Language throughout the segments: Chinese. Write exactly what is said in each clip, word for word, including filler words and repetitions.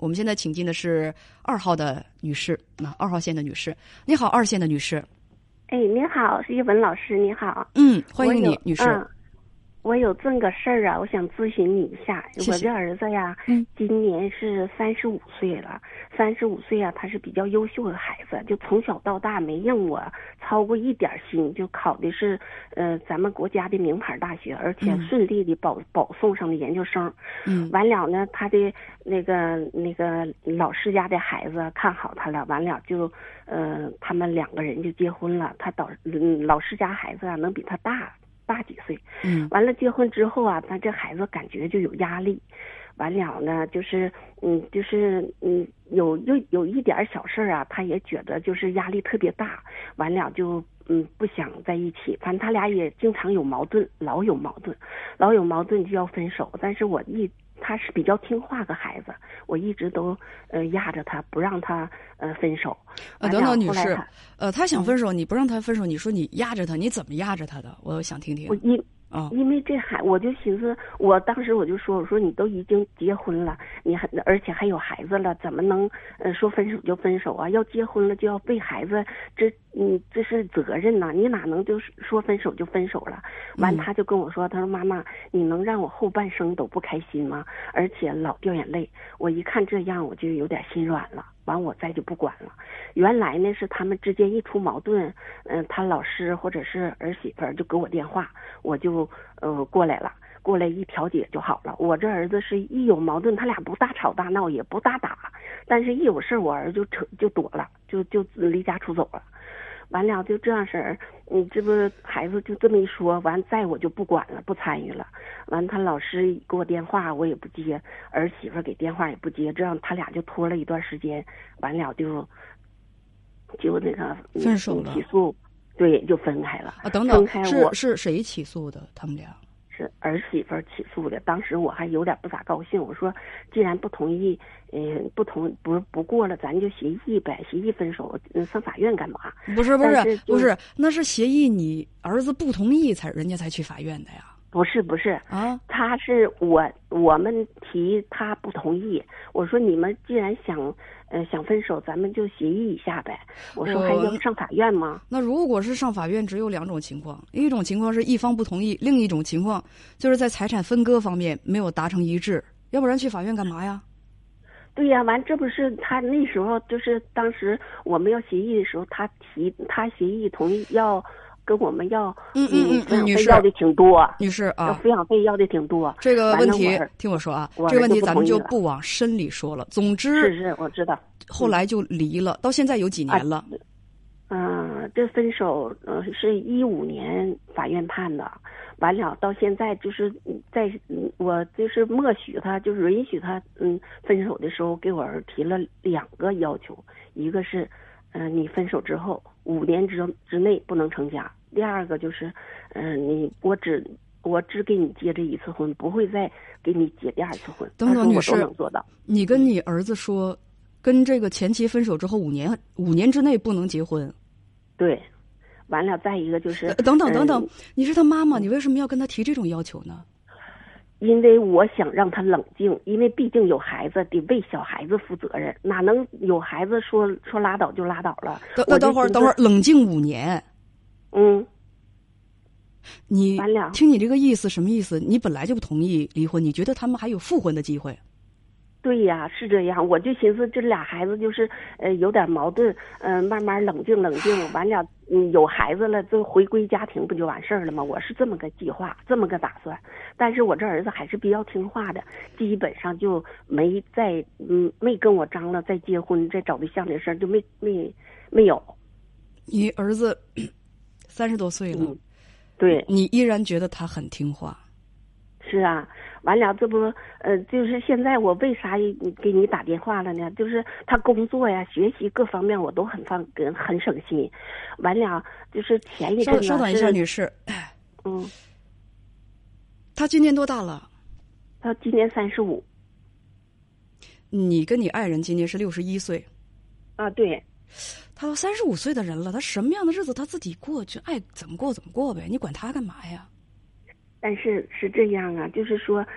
我们现在请进的是二号的女士，那二号线的女士，你好，二线的女士。 哎，你好，是叶文老师，你好。 嗯，欢迎你，女士。 嗯，我有这么个事儿啊，我想咨询你一下。 谢谢。 我这儿子呀， 嗯， 今年是三十五岁了。三十五岁啊，他是比较优秀的孩子，就从小到大没让我操过一点心，就考的是呃咱们国家的名牌大学，而且顺利的保、嗯、保送上了研究生。 嗯， 完了呢，他的那个那个老师家的孩子看好他了，完了就呃他们两个人就结婚了。他导嗯老师家孩子啊能比他大大几岁。 嗯， 完了结婚之后啊，他这孩子感觉就有压力。完了呢，就是嗯，就是嗯，有有有一点小事啊，他也觉得就是压力特别大。完了就嗯不想在一起，反正他俩也经常有矛盾，老有矛盾，老有矛盾就要分手。但是我一他是比较听话的孩子，我一直都呃压着他，不让他呃分手。 啊，等等，女士，呃，他想分手，嗯、你不让他分手，你说你压着他，你怎么压着他的？我想听听。 我一。 哦， 因为这孩，我就寻思，我当时我就说，我说你都已经结婚了，你还而且还有孩子了，怎么能呃说分手就分手啊？要结婚了就要为孩子，这嗯这是责任呐、啊，你哪能就是说分手就分手了？完他就跟我说，他说妈妈，你能让我后半生都不开心吗？而且老掉眼泪。我一看这样，我就有点心软了。完我再就不管了。原来呢是他们之间一出矛盾，嗯、呃，他老师或者是儿媳妇就给我电话，我就呃过来了，过来一调解就好了。我这儿子是一有矛盾，他俩不大吵大闹，也不大打，但是一有事我儿子就扯就躲了，就就离家出走了。完了就这样式儿，你这不孩子就这么一说，完再我就不管了，不参与了。完他老师给我电话我也不接，儿媳妇给电话也不接，这样他俩就拖了一段时间，完了就就那个分手了， 起诉，对，就分开了。 啊，等等， 分开我是是谁起诉的？他们俩？ 是儿媳妇起诉的。当时我还有点不咋高兴，我说既然不同意，嗯、呃，不同不不过了，咱就协议呗，协议分手，嗯，上法院干嘛？ 不是不是是不是，那是协议，你儿子不同意才人家才去法院的呀。 不是不是啊， 他是我我们提他不同意，我说你们既然想呃想分手，咱们就协议一下呗。我说还要上法院吗？ 那如果是上法院，只有两种情况，一种情况是一方不同意，另一种情况就是在财产分割方面没有达成一致，要不然去法院干嘛呀？ 对呀，完这不是他那时候就是当时我们要协议的时候，他提他协议同意要。跟我们要嗯嗯嗯， 抚养费要的挺多， 女士啊， 要抚养费要的挺多。 这个问题听我说啊，这个问题咱们就不往深里说了。总之是是，我知道。 后来就离了，到现在有几年了？ 嗯、呃，这分手呃是一五年法院判的，完了到现在就是在我就是默许他，就是允许他嗯分手的时候，给我儿提了两个要求，一个是嗯、呃、你分手之后五年之之内不能成家。第二个就是，嗯、呃，你我只我只给你结这一次婚，不会再给你结第二次婚。 等等，女士， 我都能做到。 你跟你儿子说，跟这个前妻分手之后五年五年之内不能结婚。 对，完了，再一个就是， 呃、等等等等、嗯，你是他妈妈， 嗯、 你为什么要跟他提这种要求呢？ 因为我想让他冷静，因为毕竟有孩子，得为小孩子负责任，哪能有孩子说说拉倒就拉倒了？ 等等会儿，等会儿，冷静五年。 嗯， 你听你这个意思什么意思？你本来就不同意离婚，你觉得他们还有复婚的机会？ 对呀，是这样。我就寻思这俩孩子就是呃有点矛盾，嗯、呃，慢慢冷静冷静，完了嗯有孩子了，就回归家庭不就完事儿了吗？我是这么个计划，这么个打算。但是我这儿子还是比较听话的，基本上就没再嗯没跟我张罗再结婚再找对象的事儿，就没没没有。 你儿子三十多岁了、 嗯，对， 你依然觉得他很听话。 是啊，完了，这不呃，就是现在我为啥给你打电话了呢？就是他工作呀、学习各方面我都很放很省心。完了，就是前一阵子稍等一下，女士。 嗯， 他今年多大了？ 他今年三十五。 你跟你爱人今年是六十一岁。 啊，对。 他都三十五岁的人了，他什么样的日子他自己过，就爱怎么过怎么过呗，你管他干嘛呀？ 但是是这样啊，就是说，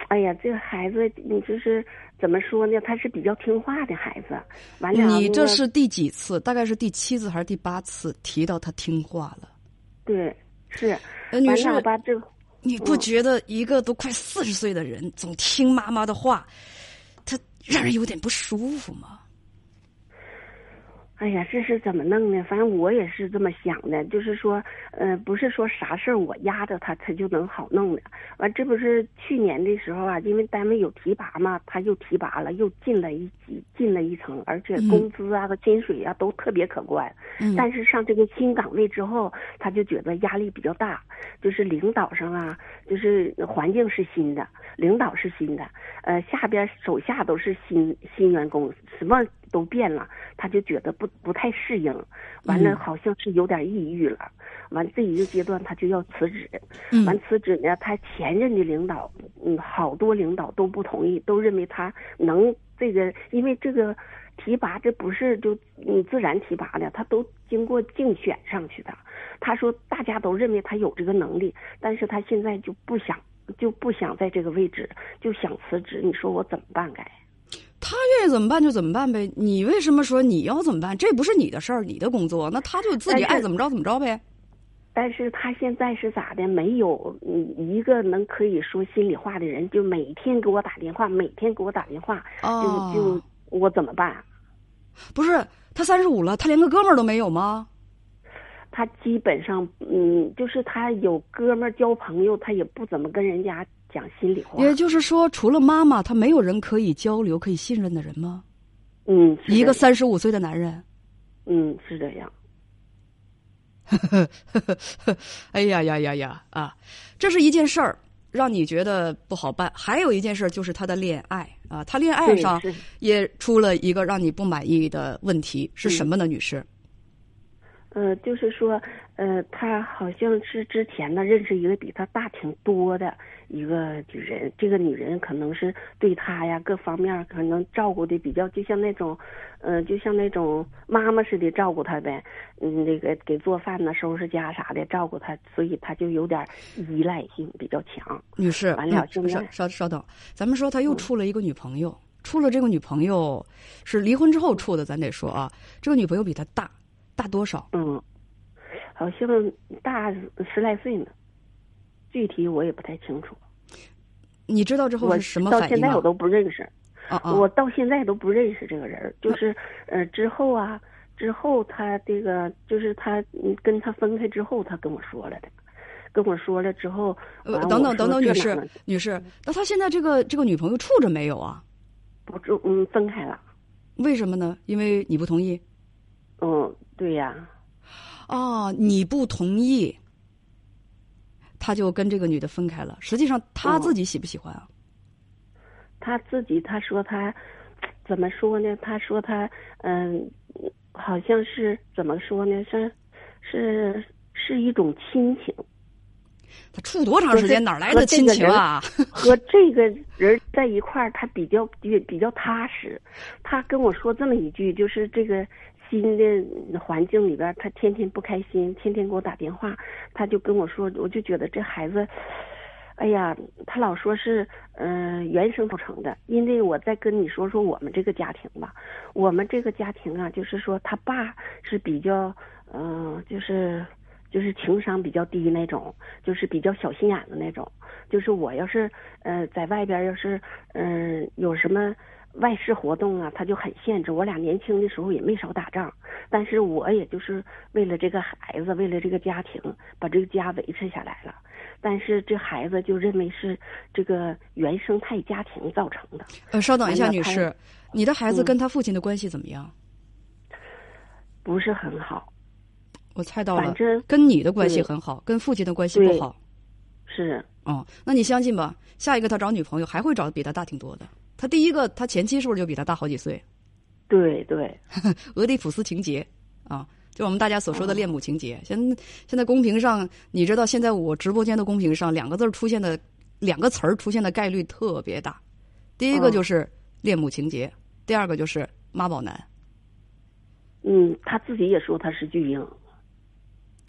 哎呀，这个孩子，你就是怎么说呢？他是比较听话的孩子。完了， 你这是第几次？大概是第七次还是第八次提到他听话了？ 对，是。 呃，女士， 吧，这你不觉得一个都快四十岁的人、嗯、总听妈妈的话，他让人有点不舒服吗？ 哎呀，这是怎么弄呢？反正我也是这么想的，就是说，呃，不是说啥事儿我压着他，他就能好弄的。完，这不是去年的时候啊，因为单位有提拔嘛，他又提拔了，又进了一级，进了一层，而且工资啊和薪水啊都特别可观。嗯。但是上这个新岗位之后，他就觉得压力比较大，就是领导上啊，就是环境是新的，领导是新的，呃，下边手下都是新新员工，什么都变了，他就觉得不不太适应，完了好像是有点抑郁了，完这一个阶段他就要辞职，完辞职呢，他前任的领导，嗯，好多领导都不同意，都认为他能这个，因为这个提拔这不是就嗯自然提拔的，他都经过竞选上去的。他说大家都认为他有这个能力，但是他现在就不想就不想在这个位置，就想辞职，你说我怎么办该？ 他愿意怎么办就怎么办呗，你为什么说你要怎么办？这不是你的事儿，你的工作，那他就自己爱怎么着怎么着呗。 但是他现在是咋的？没有一个能可以说心里话的人，就每天给我打电话，每天给我打电话， 哦、 就就我怎么办？ 不是他三十五了，他连个哥们儿都没有吗？ 他基本上，嗯，就是他有哥们儿交朋友，他也不怎么跟人家讲心里话。 也就是说，除了妈妈，他没有人可以交流、可以信任的人吗？ 嗯， 一个三十五岁的男人。 嗯，是这样。 哎呀呀呀呀啊！这是一件事儿，让你觉得不好办。还有一件事儿就是他的恋爱啊，他恋爱上也出了一个让你不满意的问题，是什么呢，女士？ 呃，就是说，呃，他好像是之前呢认识一个比他大挺多的一个女人，这个女人可能是对他呀各方面可能照顾的比较，就像那种，呃，就像那种妈妈似的照顾他呗，嗯，那个给做饭呢、收拾家啥的照顾他，所以他就有点依赖性比较强。 女士， 完了， 嗯、稍稍稍等，咱们说他又处了一个女朋友，嗯、处了这个女朋友是离婚之后处的，咱得说啊，这个女朋友比他大。大多少？ 嗯，好像大十来岁呢，具体我也不太清楚。 你知道之后是什么反应吗？ 到现在我都不认识， 哦哦， 我到现在都不认识这个人。就是呃，之后啊，之后他这个就是他跟他分开之后，他跟我说了的，跟我说了之后， 呃，等等等等，女士女士，那他现在这个这个女朋友处着没有啊？ 不住，嗯，分开了。 为什么呢？因为你不同意。 嗯，对呀。 哦，你不同意，他就跟这个女的分开了。实际上他自己喜不喜欢啊？ 嗯、他自己他说他怎么说呢？他说他嗯，好像是怎么说呢？是是是一种亲情。 他处多长时间，哪来的亲情啊？ 和这个人在一块儿，他比较比比较踏实。他跟我说这么一句，就是这个新的环境里边，他天天不开心，天天给我打电话，他就跟我说，我就觉得这孩子，哎呀，他老说是嗯、呃、原生造成的。因为我再跟你说说我们这个家庭吧，我们这个家庭啊，就是说他爸是比较嗯、呃、就是。就是情商比较低那种，就是比较小心眼的那种。就是我要是呃在外边要是嗯、呃、有什么外事活动啊，他就很限制。我俩年轻的时候也没少打仗，但是我也就是为了这个孩子，为了这个家庭，把这个家维持下来了。但是这孩子就认为是这个原生态家庭造成的。 呃，稍等一下，女士，你的孩子跟他父亲的关系怎么样？ 嗯、不是很好。 我猜到了， 反正跟你的关系很好，跟父亲的关系不好。 是。 哦，那你相信吧？下一个他找女朋友还会找比他大挺多的。他第一个，他前妻是不是就比他大好几岁？ 对对， 俄狄浦斯情节啊，就我们大家所说的恋母情节。现、嗯、现在公屏上，你知道现在我直播间的公屏上两个字出现的两个词儿出现的概率特别大。第一个就是恋母情节，嗯、第二个就是妈宝男。 嗯，他自己也说他是巨婴。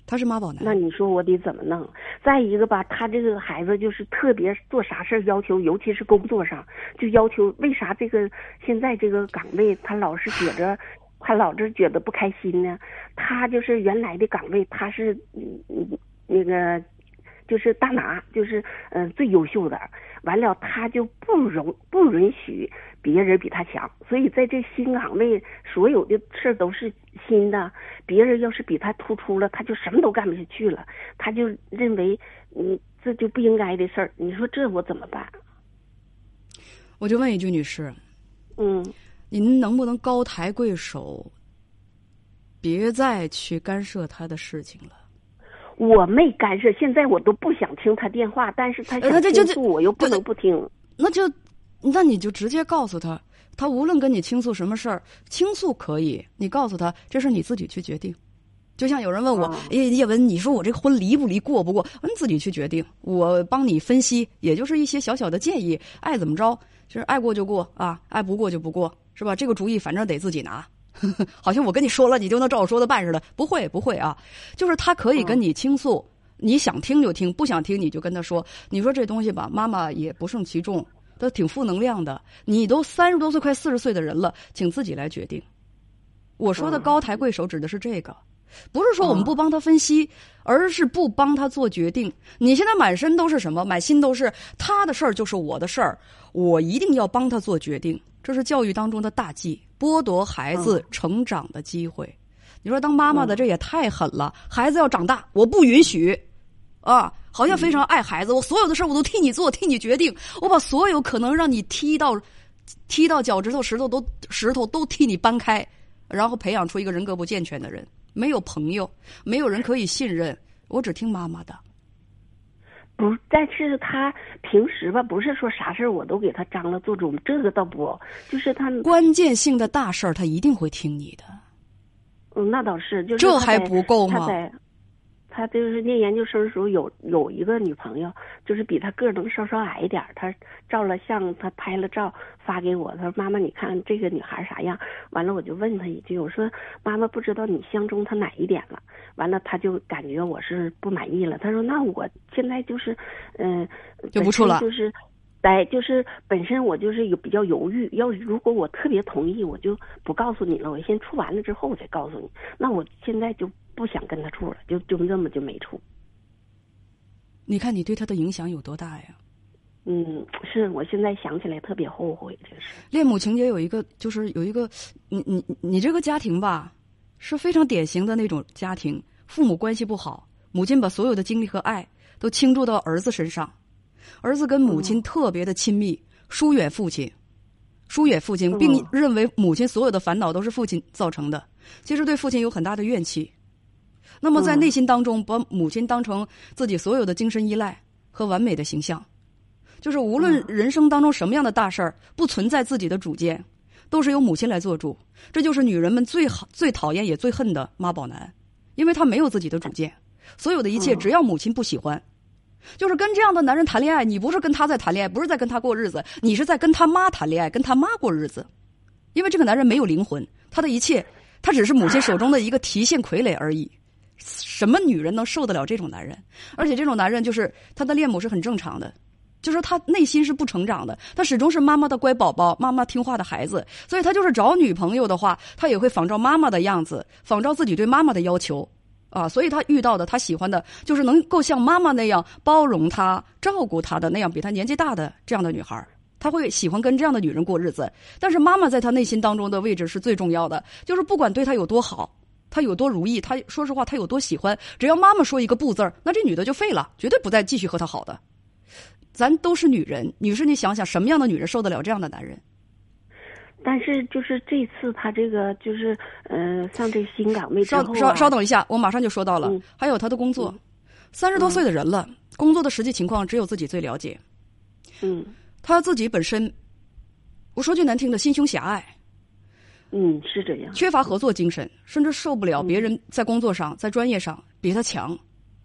他是妈宝男。 那你说我得怎么弄？再一个吧，他这个孩子就是特别做啥事儿要求，尤其是工作上就要求，为啥这个现在这个岗位他老是觉着他老是觉得不开心呢？他就是原来的岗位他是嗯嗯那个就是大拿，就是嗯、呃、最优秀的，完了他就不容不允许别人比他强，所以在这新岗位所有的事儿都是新的，别人要是比他突出了，他就什么都干不下去了，他就认为嗯这就不应该的事儿，你说这我怎么办？ 我就问一句，女士， 嗯， 您能不能高抬贵手，别再去干涉他的事情了？ 我没干涉，现在我都不想听他电话，但是他想倾诉，我又不能不听。 那就，那你就直接告诉他，他无论跟你倾诉什么事儿，倾诉可以，你告诉他这是你自己去决定。就像有人问我，哎、哦，叶文，你说我这个婚离不离，过不过，你自己去决定，我帮你分析，也就是一些小小的建议，爱怎么着，就是爱过就过啊，爱不过就不过，是吧？这个主意反正得自己拿。好像我跟你说了，你就能照我说的办似的，不会不会啊，就是他可以跟你倾诉，嗯、你想听就听，不想听你就跟他说，你说这东西吧，妈妈也不胜其重，都挺负能量的，你都三十多岁快四十岁的人了，请自己来决定。我说的高抬贵手指的是这个，不是说我们不帮他分析，而是不帮他做决定。你现在满身都是什么，满心都是他的事儿就是我的事儿，我一定要帮他做决定，这是教育当中的大忌，剥夺孩子成长的机会。你说当妈妈的这也太狠了，孩子要长大我不允许啊，好像非常爱孩子，我所有的事我都替你做，替你决定，我把所有可能让你踢到踢到脚趾头石头都石头都替你搬开，然后培养出一个人格不健全的人，没有朋友，没有人可以信任，我只听妈妈的。 不，但是他平时吧，不是说啥事我都给他张了做主，这个倒不，就是他关键性的大事儿，他一定会听你的。 嗯，那倒是，就是这还不够吗？ 他在他就是念研究生的时候有有一个女朋友，就是比他个儿能稍稍矮一点，他照了相，他拍了照发给我，他说妈妈你看这个女孩啥样，完了我就问他一句，我说妈妈不知道你相中她哪一点了，完了他就感觉我是不满意了，他说那我现在就是嗯、呃、 就不处了， 就是哎，就是本身我就是有比较犹豫，要如果我特别同意，我就不告诉你了，我先处完了之后我再告诉你。那我现在就不想跟他处了，就就这么就没处。 你看你对他的影响有多大呀？ 嗯，是我现在想起来特别后悔，这是恋母情节有一个，就是有一个，你你你这个家庭吧，是非常典型的那种家庭，父母关系不好，母亲把所有的精力和爱都倾注到儿子身上。儿子跟母亲特别的亲密，疏远父亲，疏远父亲，并认为母亲所有的烦恼都是父亲造成的，其实对父亲有很大的怨气。那么在内心当中，把母亲当成自己所有的精神依赖和完美的形象，就是无论人生当中什么样的大事儿，不存在自己的主见，都是由母亲来做主。这就是女人们最好最讨厌也最恨的妈宝男，因为他没有自己的主见，所有的一切只要母亲不喜欢。就是跟这样的男人谈恋爱，你不是跟他在谈恋爱，不是在跟他过日子，你是在跟他妈谈恋爱，跟他妈过日子。因为这个男人没有灵魂，他的一切他只是母亲手中的一个提线傀儡而已。什么女人能受得了这种男人？而且这种男人就是他的恋母是很正常的，就是他内心是不成长的，他始终是妈妈的乖宝宝，妈妈听话的孩子，所以他就是找女朋友的话，他也会仿照妈妈的样子，仿照自己对妈妈的要求啊，所以他遇到的他喜欢的就是能够像妈妈那样包容他照顾他的那样比他年纪大的这样的女孩，他会喜欢跟这样的女人过日子。但是妈妈在他内心当中的位置是最重要的，就是不管对他有多好，他有多如意，他说实话他有多喜欢，只要妈妈说一个不字儿，那这女的就废了，绝对不再继续和他好的。咱都是女人，女士你想想什么样的女人受得了这样的男人？ 但是就是这次他这个就是呃上这新岗位之后、啊、 稍稍稍等一下，我马上就说到了、嗯、还有他的工作，三十、嗯、多岁的人了、嗯、工作的实际情况只有自己最了解。 嗯， 他自己本身我说句难听的，心胸狭隘， 嗯，是这样， 缺乏合作精神，甚至受不了别人在工作上、嗯、在专业上比他强。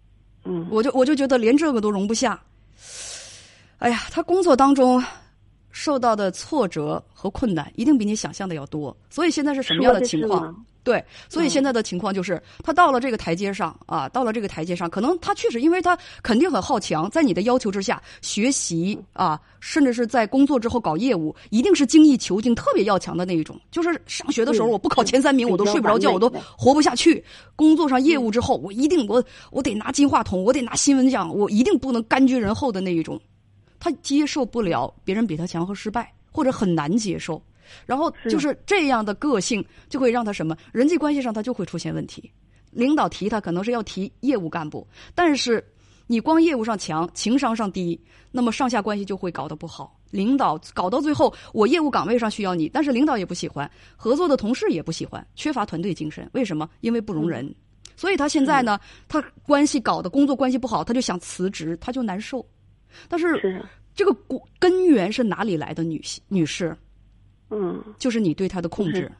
嗯，我就我就觉得连这个都容不下。哎呀，他工作当中受到的挫折和困难一定比你想象的要多。所以现在是什么样的情况？对，所以现在的情况就是，他到了这个台阶上啊，到了这个台阶上，可能他确实，因为他肯定很好强，在你的要求之下学习啊，甚至是在工作之后搞业务，一定是精益求精、特别要强的那一种。就是上学的时候，我不考前三名，我都睡不着觉，我都活不下去。工作上业务之后，我一定我我得拿金话筒，我得拿新闻奖，我一定不能甘居人后的那一种。他接受不了别人比他强和失败，或者很难接受。然后就是这样的个性，就会让他什么人际关系上他就会出现问题。领导提他可能是要提业务干部，但是你光业务上强，情商上低，那么上下关系就会搞得不好。领导搞到最后，我业务岗位上需要你，但是领导也不喜欢，合作的同事也不喜欢，缺乏团队精神。为什么？因为不容人。所以他现在呢，他关系搞的工作关系不好，他就想辞职，他就难受。但是这个根源是哪里来的，女女士？ 嗯， 就是你对他的控制。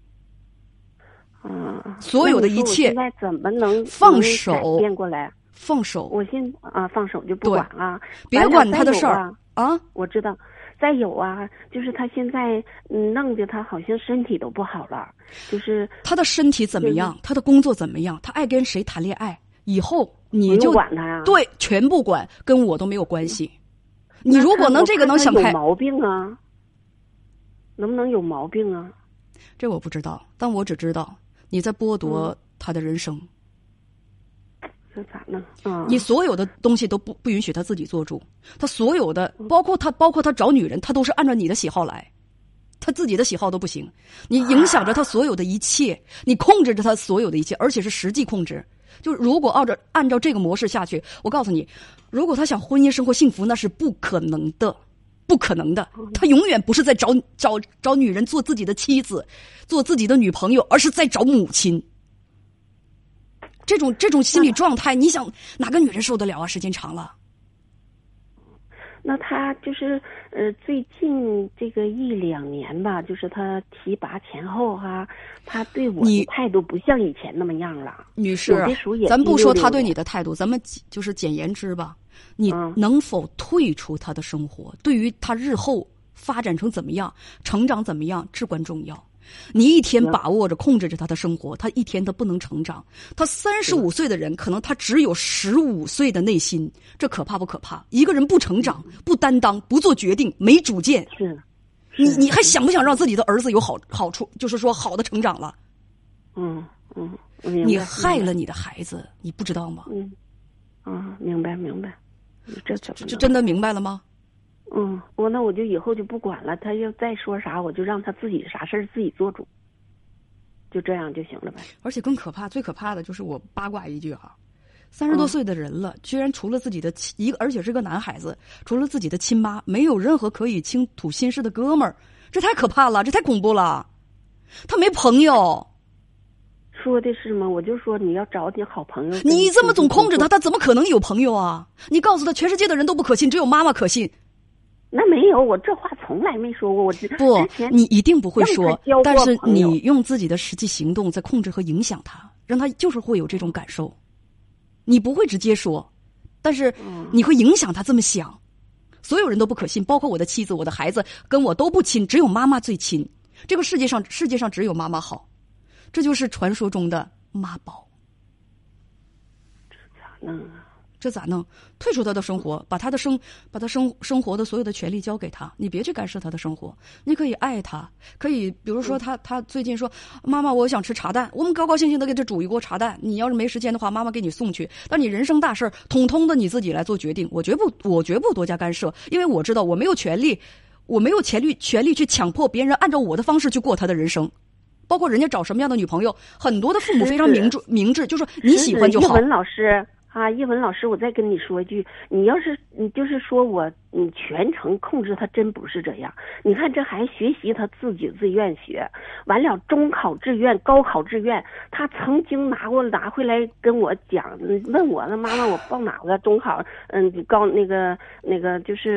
嗯， 所有的一切现在怎么能放手变过来？ 放手， 我现啊放手就不管了， 别管他的事儿啊。 我知道，再有啊，就是他现在嗯弄得他好像身体都不好了，就是他的身体怎么样，他的工作怎么样，他爱跟谁谈恋爱，以后你就管他呀？ 对，全部管，跟我都没有关系。你如果能这个能想开， 有毛病啊。能不能有毛病啊？ 这我不知道，但我只知道你在剥夺他的人生。 这咋弄？嗯， 你所有的东西都不不允许他自己做主，他所有的，包括他，包括他找女人，他都是按照你的喜好来，他自己的喜好都不行。你影响着他所有的一切，你控制着他所有的一切，而且是实际控制。就如果按照按照这个模式下去，我告诉你，如果他想婚姻生活幸福，那是不可能的。不可能的，他永远不是在找找找女人做自己的妻子，做自己的女朋友，而是在找母亲。这种这种心理状态，你想哪个女人受得了啊？时间长了。 那他就是呃，最近这个一两年吧，就是他提拔前后哈、啊，他对我的态度不像以前那么样了。 女士，咱不说他对你的态度，咱们就是简言之吧。你能否退出他的生活，对于他日后发展成怎么样，成长怎么样至关重要。你一天把握着控制着他的生活，他一天他不能成长。他三十五岁的人，可能他只有十五岁的内心，这可怕不可怕？一个人不成长、不担当、不做决定、没主见， 是， 你你还想不想让自己的儿子有好好处？就是说好的成长了。 嗯嗯， 你害了你的孩子，你不知道吗？ 嗯，啊，明白明白。这怎么？ 这真的明白了吗？ 嗯，我那我就以后就不管了，他要再说啥，我就让他自己啥事儿自己做主，就这样就行了呗。 而且更可怕，最可怕的就是我八卦一句哈，三十多岁的人了，嗯、居然除了自己的一个，而且是个男孩子，除了自己的亲妈，没有任何可以倾吐心事的哥们儿，这太可怕了，这太恐怖了。他没朋友。 说的是吗？我就说你要找点好朋友。 你这么总控制他，他怎么可能有朋友啊？你告诉他，全世界的人都不可信，只有妈妈可信。 那没有，我这话从来没说过。我不，你一定不会说，但是你用自己的实际行动在控制和影响他，让他就是会有这种感受。你不会直接说，但是你会影响他这么想。所有人都不可信，包括我的妻子、我的孩子，跟我都不亲，只有妈妈最亲。这个世界上，世界上只有妈妈好。这就是传说中的妈宝。 这咋弄啊？ 这咋弄？退出他的生活，把他的生，把他生生活的所有的权利交给他，你别去干涉他的生活。你可以爱他，可以，比如说他他最近说，妈妈我想吃茶蛋，我们高高兴兴的给他煮一锅茶蛋。你要是没时间的话，妈妈给你送去。但你人生大事儿，统统的你自己来做决定。我绝不，我绝不多加干涉，因为我知道我没有权利，我没有权利权利去强迫别人按照我的方式去过他的人生。包括人家找什么样的女朋友，很多的父母非常明智，明智就说你喜欢就好。 一文老师啊，一文老师，我再跟你说一句，你要是你就是说我你全程控制他，真不是这样。你看这还学习他自己自愿学，完了中考志愿、高考志愿，他曾经拿过拿回来跟我讲，问我那妈妈我报哪个中考，嗯，高那个那个就是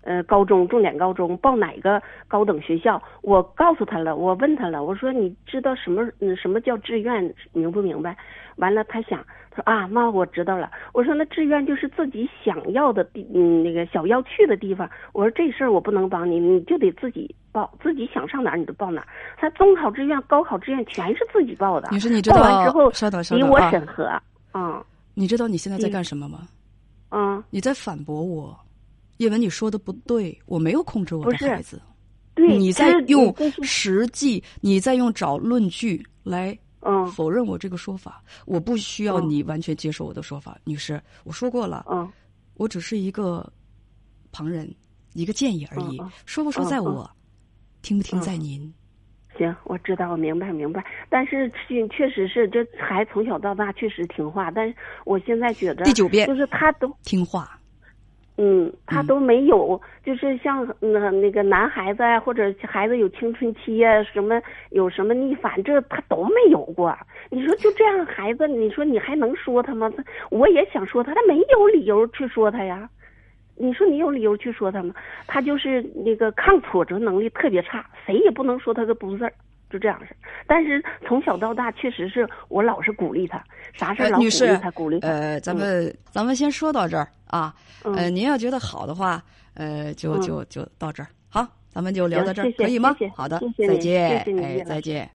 呃高中重点高中报哪个高等学校，我告诉他了，我问他了，我说你知道什么嗯什么叫志愿明不明白？完了他想他说啊妈我知道了，我说那志愿就是自己想要的地嗯那个小要去的地方，我说这事儿我不能帮你，你就得自己报，自己想上哪儿你就报哪儿。他中考志愿高考志愿全是自己报的， 你说你知道报完之后稍等稍等给我啊审核。嗯， 你知道你现在在干什么吗？ 嗯， 你在反驳我，因为你说的不对，我没有控制我的不是孩子。 对， 你在这用这是实际，你在用找论据来嗯否认我这个说法。我不需要嗯你完全接受我的说法，女士，我说过了， 嗯我只是一个旁人，一个建议而已， 嗯嗯说不说在我，听不听在您。 行，我知道，我明白明白。但是确确实是这孩子从小到大确实听话，但是我现在觉得第九遍就是他都听话。 嗯，他都没有，就是像那那个男孩子啊，或者孩子有青春期啊，什么有什么逆反，这他都没有过。你说就这样孩子，你说你还能说他吗？我也想说他，他没有理由去说他呀。你说你有理由去说他吗？他就是那个抗挫折能力特别差，谁也不能说他个不字儿，就这样式。但是从小到大，确实是我老是鼓励他，啥事儿老鼓呃女士励他，鼓励他。 呃，咱们、嗯、咱们先说到这儿啊。 嗯、 呃，您要觉得好的话，呃，就就就到这儿。好，咱们就聊到这儿， 谢谢可以吗？ 谢谢好的， 谢谢再见， 谢谢你哎，再见。